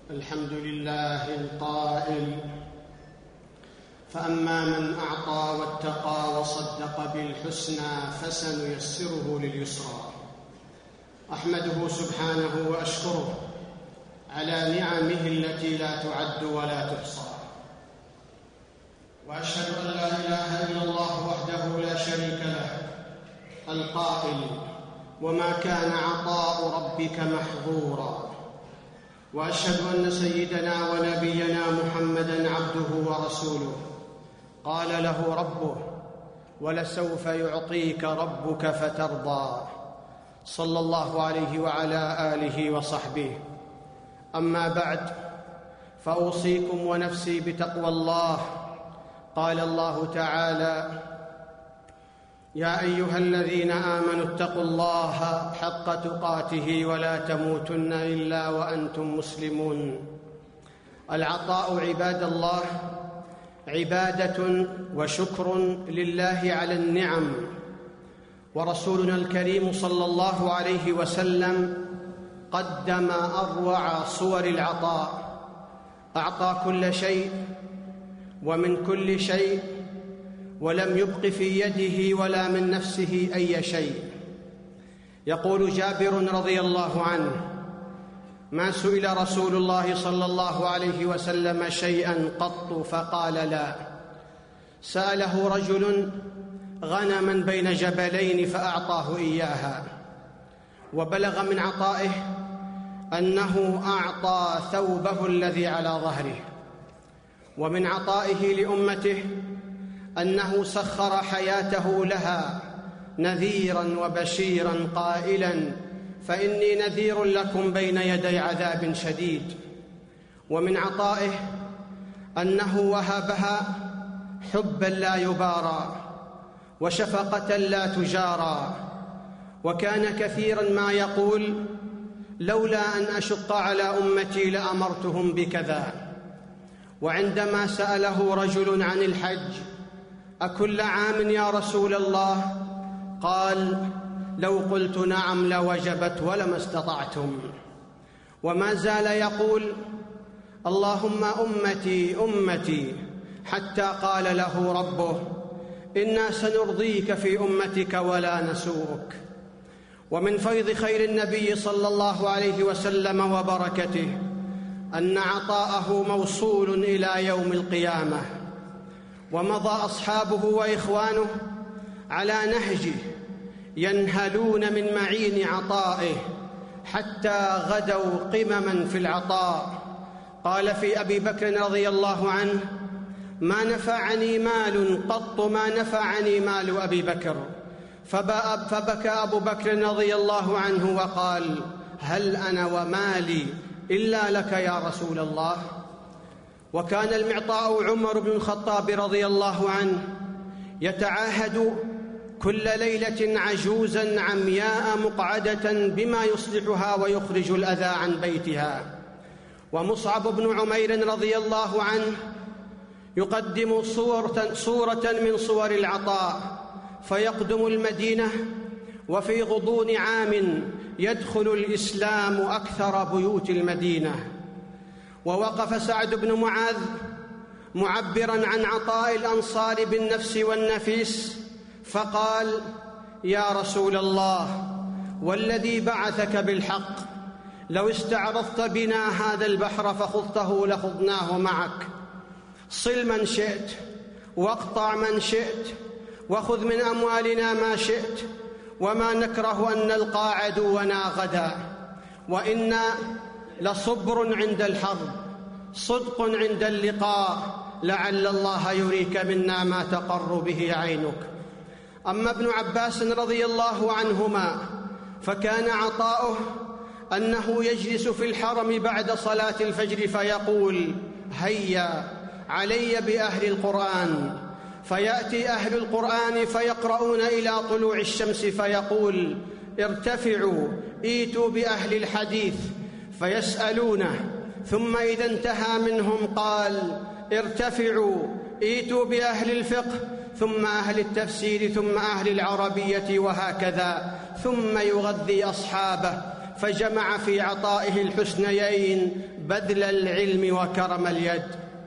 الحمد لله القائل: فأما من أعطى واتقى وصدق بالحسنى فسنيسره لليسرى. أحمده سبحانه وأشكره على نعمه التي لا تعد ولا تحصى، وأشهد أن لا إله إلا الله وحده لا شريك له القائل: وما كان عطاء ربك محظورا. وأشهد أن سيدنا ونبينا محمدًا عبده ورسوله، قال له ربه: ولسوف يعطيك ربك فترضى، صلى الله عليه وعلى آله وصحبه. أما بعد، فأوصيكم ونفسي بتقوى الله. قال الله تعالى: يا أيها الذين آمنوا اتقوا الله حق تقاته ولا تموتن إلا وأنتم مسلمون. العطاء عباد الله عبادة وشكر لله على النعم، ورسولنا الكريم صلى الله عليه وسلم قدم أروع صور العطاء، أعطى كل شيء ومن كل شيء، ولم يبق في يده ولا من نفسه أي شيء. يقول جابر رضي الله عنه: ما سئل رسول الله صلى الله عليه وسلم شيئا قط فقال لا. سأله رجل غنما بين جبلين فأعطاه إياها، وبلغ من عطائه أنه أعطى ثوبه الذي على ظهره. ومن عطائه لأمته أنه سخر حياته لها نذيراً وبشيراً قائلاً: فإني نذير لكم بين يدي عذاب شديد. ومن عطائه أنه وهبها حباً لا يبارى وشفقة لا تجارى، وكان كثيراً ما يقول: لولا أن أشق على أمتي لأمرتهم بكذا. وعندما سأله رجل عن الحج: أكل عام يا رسول الله؟ قال: لو قلت نعم لوجبت ولما استطعتم. وما زال يقول: اللهم أمتي أمتي، حتى قال له ربه: إنا سنرضيك في أمتك ولا نسوءك. ومن فيض خير النبي صلى الله عليه وسلم وبركته أن عطاءه موصول إلى يوم القيامة، ومضى أصحابه وإخوانه على نهجه ينهلون من معين عطائه حتى غدوا قمما في العطاء. قال في أبي بكر رضي الله عنه: ما نفعني مال قط ما نفعني مال أبي بكر. فبكى أبو بكر رضي الله عنه وقال: هل أنا ومالي إلا لك يا رسول الله؟ وكان المعطاء عمر بن الخطاب رضي الله عنه يتعاهد كل ليلة عجوزا عمياء مقعدة بما يصلحها ويخرج الأذى عن بيتها. ومصعب بن عمير رضي الله عنه يقدم صورة من صور العطاء، فيقدم المدينة وفي غضون عام يدخل الإسلام أكثر بيوت المدينة. ووقف سعد بن معاذ معبراً عن عطاء الأنصار بالنفس والنفيس فقال: يا رسول الله، والذي بعثك بالحق، لو استعرضت بنا هذا البحر فخضته لخضناه معك. صل من شئت واقطع من شئت وخذ من أموالنا ما شئت، وما نكره أن نلقى عدونا غدا، وإنا لصبر عند الحرب، صدق عند اللقاء، لعل الله يريك منا ما تقر به عينك. أما ابن عباس رضي الله عنهما فكان عطاؤه أنه يجلس في الحرم بعد صلاة الفجر فيقول: هيا علي بأهل القرآن. فيأتي أهل القرآن فيقرؤون إلى طلوع الشمس فيقول: ارتفعوا ايتوا بأهل الحديث، فيسألونه، ثم إذا انتهى منهم قال: ارتفعوا ايتوا بأهل الفقه، ثم أهل التفسير، ثم أهل العربية، وهكذا، ثم يغذي أصحابه فجمع في عطائه الحسنيين بذل العلم وكرم اليد.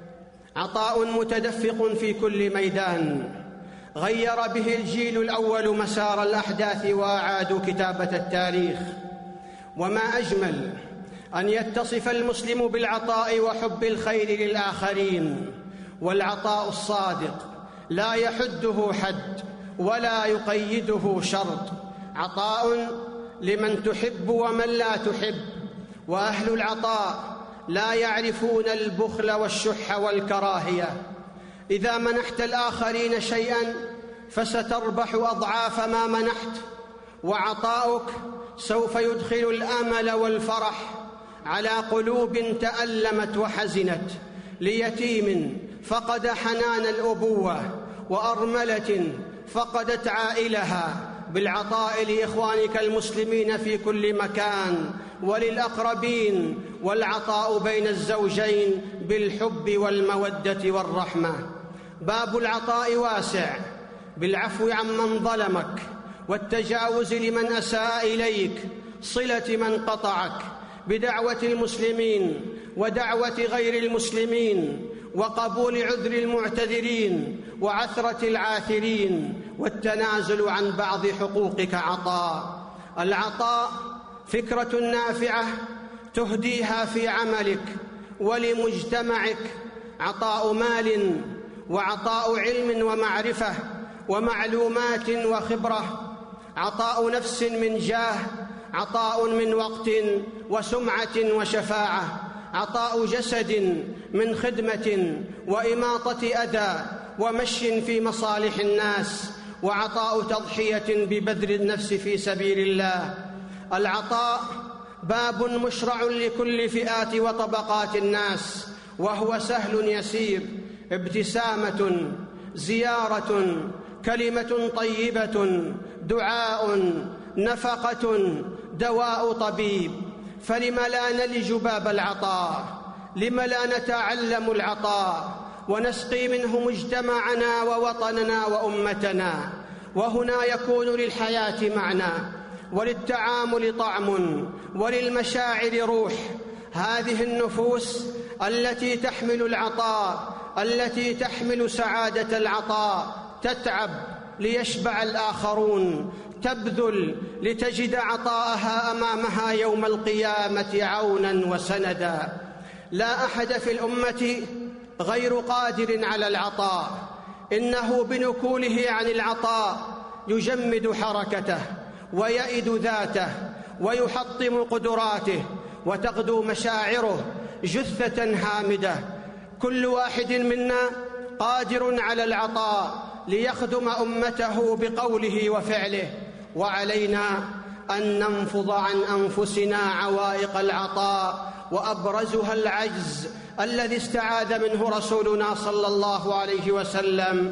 عطاء متدفق في كل ميدان غير به الجيل الأول مسار الأحداث وأعادوا كتابة التاريخ. وما أجمل أن يتصف المسلم بالعطاء وحب الخير للآخرين، والعطاء الصادق لا يحده حد ولا يقيده شرط، عطاء لمن تحب ومن لا تحب. وأهل العطاء لا يعرفون البخل والشح والكراهية. إذا منحت الآخرين شيئا فستربح أضعاف ما منحت، وعطاؤك سوف يدخل الأمل والفرح على قلوب تألمت وحزنت، ليتيم فقد حنان الأبوة، وأرملة فقدت عائلها، بالعطاء لإخوانك المسلمين في كل مكان وللأقربين، والعطاء بين الزوجين بالحب والمودة والرحمة. باب العطاء واسع، بالعفو عمن ظلمك، والتجاوز لمن أساء إليك، صلة من قطعك، بدعوة المسلمين ودعوة غير المسلمين، وقبول عذر المعتذرين وعثرة العاثرين، والتنازل عن بعض حقوقك عطاء. العطاء فكرة نافعة تهديها في عملك ولمجتمعك، عطاء مال وعطاء علم ومعرفة ومعلومات وخبرة، عطاء نفس من جاه، عطاء من وقت وسمعة وشفاعة، عطاء جسد من خدمة وإماطة أذى ومشي في مصالح الناس، وعطاء تضحية ببذل النفس في سبيل الله. العطاء باب مشرع لكل فئات وطبقات الناس، وهو سهل يسير، ابتسامة، زيارة، كلمة طيبة، دعاء، نفقة، دواء طبيب. فلم لا نلج باب العطاء؟ لم لا نتعلم العطاء ونسقي منه مجتمعنا ووطننا وأمتنا؟ وهنا يكون للحياة معنى، وللتعامل طعم، وللمشاعر روح. هذه النفوس التي تحمل العطاء، التي تحمل سعادة العطاء، تتعب ليشبع الآخرون، تبذل لتجد عطاءها أمامها يوم القيامة عونا وسندا. لا أحد في الأمة غير قادر على العطاء، إنه بنكوله عن العطاء يجمد حركته ويئد ذاته ويحطم قدراته، وتغدو مشاعره جثة هامدة. كل واحد منا قادر على العطاء ليخدم أمته بقوله وفعله، وعلينا أن ننفض عن أنفسنا عوائق العطاء، وأبرزها العجز الذي استعاذ منه رسولنا صلى الله عليه وسلم: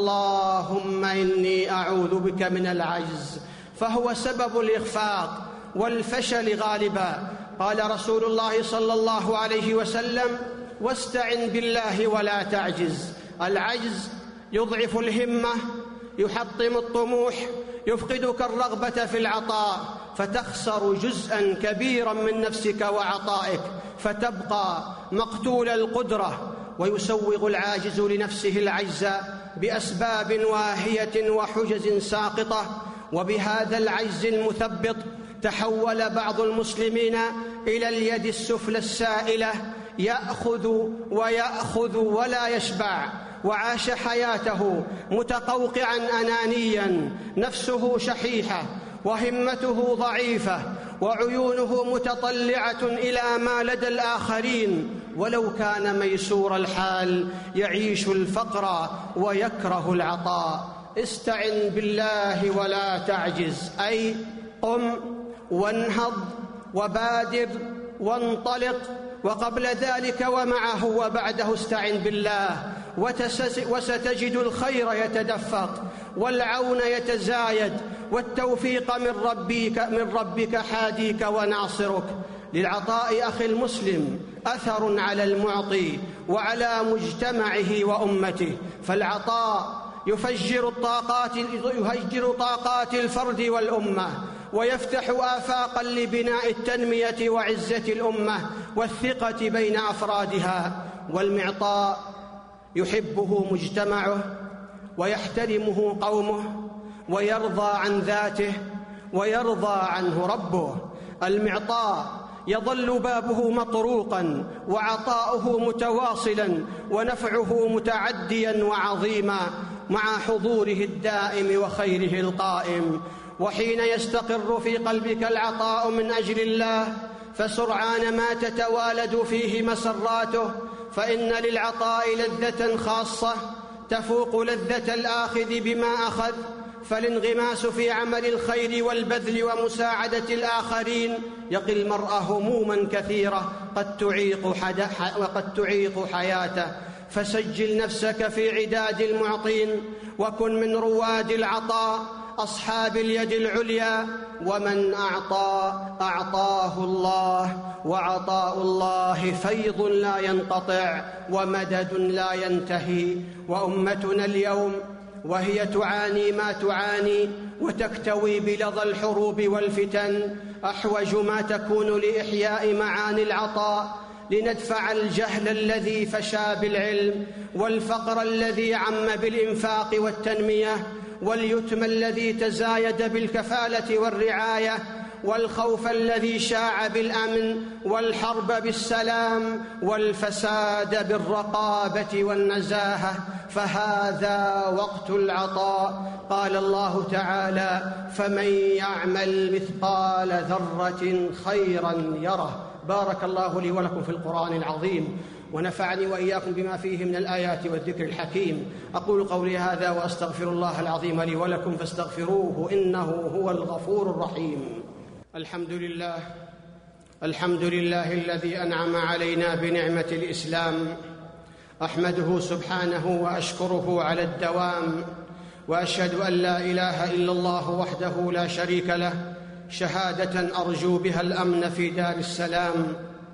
اللهم إني أعوذ بك من العجز، فهو سبب الإخفاق والفشل غالبا. قال رسول الله صلى الله عليه وسلم: واستعن بالله ولا تعجز. العجز يضعف الهمة، يحطم الطموح، يفقدك الرغبة في العطاء، فتخسر جزءا كبيرا من نفسك وعطائك، فتبقى مقتول القدرة. ويسوغ العاجز لنفسه العجز بأسباب واهية وحجج ساقطة، وبهذا العجز المثبط تحول بعض المسلمين إلى اليد السفلى السائلة، يأخذ ويأخذ ولا يشبع، وعاش حياته متقوقعا أنانيا، نفسه شحيحة وهمته ضعيفة، وعيونه متطلعة إلى ما لدى الآخرين، ولو كان ميسور الحال يعيش الفقر ويكره العطاء. استعن بالله ولا تعجز، أي قم وانهض وبادر وانطلق، وقبل ذلك ومعه وبعده استعن بالله، وستجد الخير يتدفق، والعون يتزايد، والتوفيق من ربك حاديك وناصرك. للعطاء أخي المسلم أثر على المعطي وعلى مجتمعه وأمته، فالعطاء يفجر طاقات الفرد والأمة، ويفتح آفاقا لبناء التنمية وعزة الأمة والثقة بين أفرادها. والمعطاء يحبه مجتمعه ويحترمه قومه ويرضى عن ذاته ويرضى عنه ربه. المعطاء يظل بابه مطروقا وعطاؤه متواصلا ونفعه متعديا وعظيما مع حضوره الدائم وخيره القائم. وحين يستقر في قلبك العطاء من أجل الله فسرعان ما تتوالد فيه مسراته، فإن للعطاء لذة خاصة تفوق لذة الآخذ بما أخذ. فالانغماس في عمل الخير والبذل ومساعدة الآخرين يقي المرء هموما كثيرة وقد تعيق حياته. فسجل نفسك في عداد المعطين وكن من رواد العطاء أصحاب اليد العليا. ومن أعطى أعطاه الله، وعطاء الله فيض لا ينقطع ومدد لا ينتهي. وأمتنا اليوم وهي تعاني ما تعاني وتكتوي بلظى الحروب والفتن أحوج ما تكون لإحياء معاني العطاء، لندفع الجهل الذي فشى بالعلم، والفقر الذي عم بالإنفاق والتنمية، واليتم الذي تزايد بالكفالة والرعاية، والخوف الذي شاع بالأمن، والحرب بالسلام، والفساد بالرقابة والنزاهة. فهذا وقت العطاء. قال الله تعالى: فمن يعمل مثقال ذرة خيرا يره. بارك الله لي ولكم في القرآن العظيم، ونفعني وإياكم بما فيه من الآيات والذكر الحكيم. أقول قولي هذا وأستغفر الله العظيم لي ولكم فاستغفروه إنه هو الغفور الرحيم. الحمد لله الذي أنعم علينا بنعمة الإسلام. أحمده سبحانه وأشكره على الدوام، وأشهد أن لا إله إلا الله وحده لا شريك له شهادة أرجو بها الأمن في دار السلام.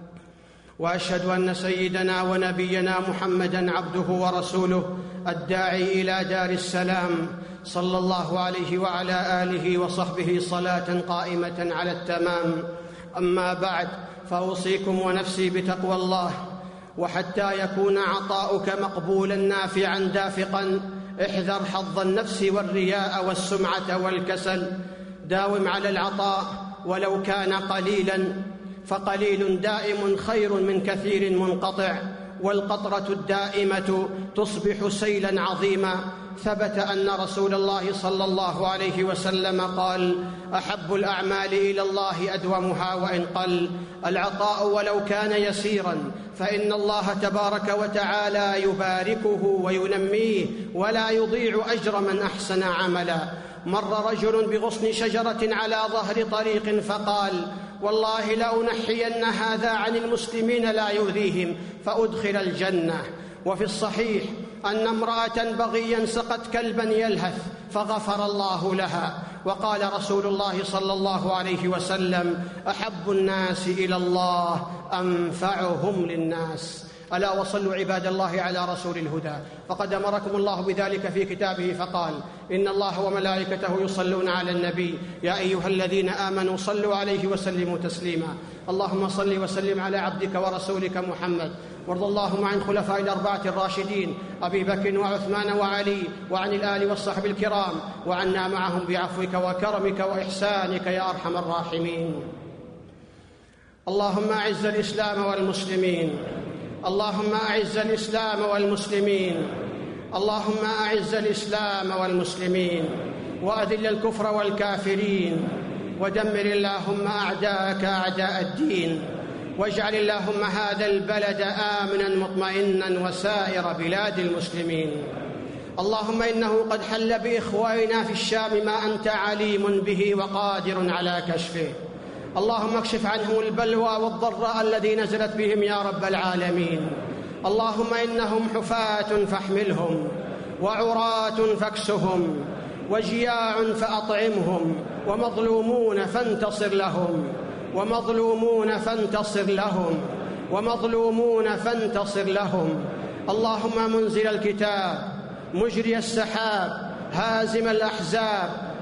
وأشهد أن سيدنا ونبينا محمدًا عبده ورسوله الداعي إلى دار السلام، صلى الله عليه وعلى آله وصحبه صلاة قائمة على التمام. أما بعد، فأوصيكم ونفسي بتقوى الله. وحتى يكون عطاؤك مقبولا نافعا دافقا، احذر حظ النفس والرياء والسمعة والكسل. داوم على العطاء ولو كان قليلا، فقليل دائم خير من كثير منقطع، والقطرة الدائمة تصبح سيلا عظيما. ثبت أن رسول الله صلى الله عليه وسلم قال: أحب الأعمال إلى الله أدومها وإن قل. العطاء ولو كان يسيرا فإن الله تبارك وتعالى يباركه وينميه ولا يضيع أجر من أحسن عملا. مر رجل بغصن شجرة على ظهر طريق فقال: والله لأنحين هذا عن المسلمين لا يؤذيهم فأدخل الجنة. وفي الصحيح أن امرأة بغيا سقت كلبا يلهث فغفر الله لها. وقال رسول الله صلى الله عليه وسلم: أحب الناس إلى الله أنفعهم للناس. ألا وصلوا عباد الله على رسول الهدى، فقد أمركم الله بذلك في كتابه فقال: إن الله وملائكته يصلون على النبي يا أيها الذين آمنوا صلوا عليه وسلموا تسليما. اللهم صل وسلم على عبدك ورسولك محمد، وارض اللهم عن خلفاء الأربعة الراشدين أبي بكر وعثمان وعلي، وعن الآل والصحب الكرام، وعنا معهم بعفوك وكرمك وإحسانك يا أرحم الراحمين. اللهم أعز الإسلام والمسلمين، اللهم أعز الإسلام والمسلمين، اللهم أعز الإسلام والمسلمين، وأذل الكفر والكافرين، ودمر اللهم أعداءك أعداء الدين، واجعل اللهم هذا البلد آمنا مطمئنا وسائر بلاد المسلمين. اللهم إنه قد حل بإخواننا في الشام ما أنت عليم به وقادر على كشفه. اللهم اكشف عنهم البلوى والضراء الذي نزلت بهم يا رب العالمين. اللهم إنهم حفاة فاحملهم، وعراة فاكسهم، وجياع فأطعمهم، ومظلومون فانتصر لهم، ومظلومون فانتصر لهم، ومظلومون فانتصر لهم. اللهم منزل الكتاب، مجري السحاب، هازم الأحزاب،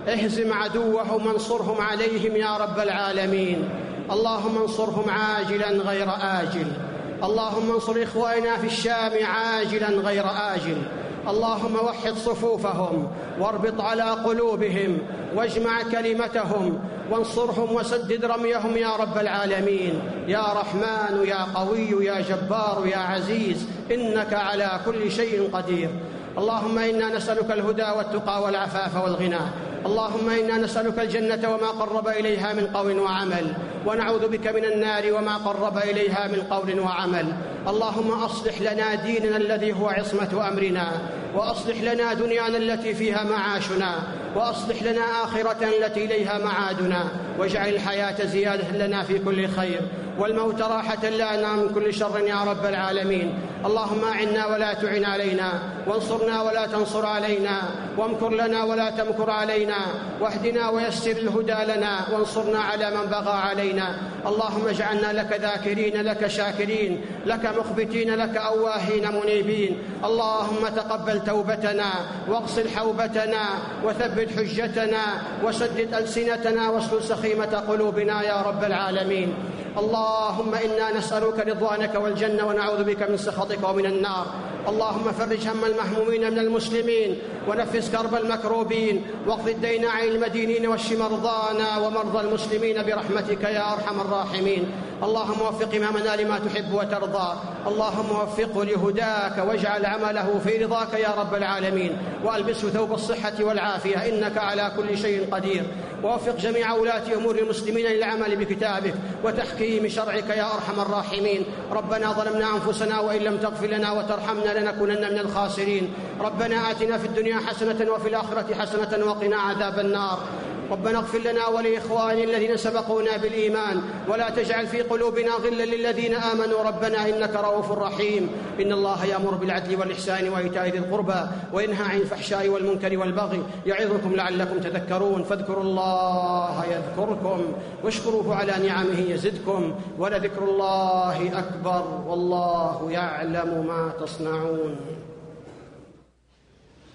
اهزم عدوهم وانصرهم عليهم يا رب العالمين. اللهم انصرهم عاجلا غير آجل. اللهم انصر إخواننا في الشام عاجلا غير آجل. اللهم وحد صفوفهم واربط على قلوبهم واجمع كلمتهم وانصرهم وسدد رميهم يا رب العالمين. يا رحمن يا قوي يا جبار يا عزيز، إنك على كل شيء قدير. اللهم إنا نسألك الهدى والتقى والعفاف والغنى. اللهم إنا نسألك الجنة وما قرب إليها من قول وعمل، ونعوذ بك من النار وما قرب إليها من قول وعمل. اللهم أصلح لنا ديننا الذي هو عصمة أمرنا، وأصلح لنا دنيانا التي فيها معاشنا، وأصلح لنا آخرة التي إليها معادنا، واجعل الحياة زيادة لنا في كل خير، والموت راحة لنا من كل شر يا رب العالمين. اللهم أعنا ولا تعن علينا، وانصرنا ولا تنصر علينا، وامكر لنا ولا تمكر علينا، واهدنا ويسر الهدى لنا، وانصرنا على من بغى علينا. اللهم اجعلنا لك ذاكرين لك شاكرين لك مخبتين لك أواهين منيبين. اللهم تقبل توبتنا واغسل حوبتنا وثبت حجتنا وسدد ألسنتنا واسلل سخيمة قلوبنا يا رب العالمين. اللهم إنا نسألك رضوانك والجنة ونعوذ بك من سخطك ومن النار. اللهم فرج هم المهمومين من المسلمين، ونفس كرب المكروبين، واقض الدين عن المدينين واشف مرضانا ومرضى المسلمين برحمتك يا أرحم الراحمين. اللهم وفق إمامنا لما تحب وترضى. اللهم وفقه لهداك واجعل عمله في رضاك يا رب العالمين، وألبسه ثوب الصحة والعافية، إنك على كل شيء قدير. ووفق جميع ولاة أمور المسلمين للعمل بكتابك وتحكيم شرعك يا أرحم الراحمين. ربنا ظلمنا أنفسنا وإن لم تغفر لنا وترحمنا لنكونن من الخاسرين. ربنا آتنا في الدنيا حسنة وفي الآخرة حسنة وقنا عذاب النار. ربنا اغفر لنا ولإخواننا الذين سبقونا بالإيمان، ولا تجعل في قلوبنا غلا للذين آمنوا ربنا إنك رؤوف رحيم. إن الله يأمر بالعدل والإحسان وإيتاء ذي القربى وينهى عن الفحشاء والمنكر والبغي يعظكم لعلكم تذكرون. فاذكروا الله يذكركم واشكروه على نعمه يزدكم، ولذكر الله أكبر والله يعلم ما تصنعون.